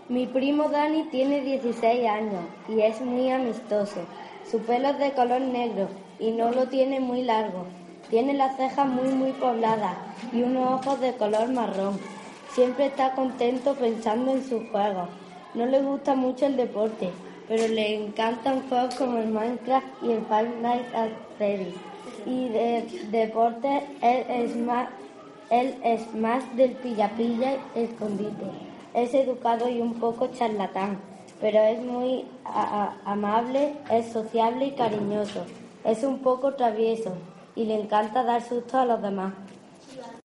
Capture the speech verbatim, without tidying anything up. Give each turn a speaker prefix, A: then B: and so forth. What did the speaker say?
A: Mi primo Dani tiene dieciséis años y es muy amistoso. Su pelo es de color negro y no lo tiene muy largo. Tiene las cejas muy muy pobladas y unos ojos de color marrón. Siempre está contento pensando en sus juegos. No le gusta mucho el deporte, pero le encantan juegos como el Minecraft y el Five Nights at Freddy's. Y de deporte él es más, él es más del pilla-pilla y escondite. Es educado y un poco charlatán, pero es muy a- a- amable, es sociable y cariñoso. Es un poco travieso y le encanta dar susto a los demás.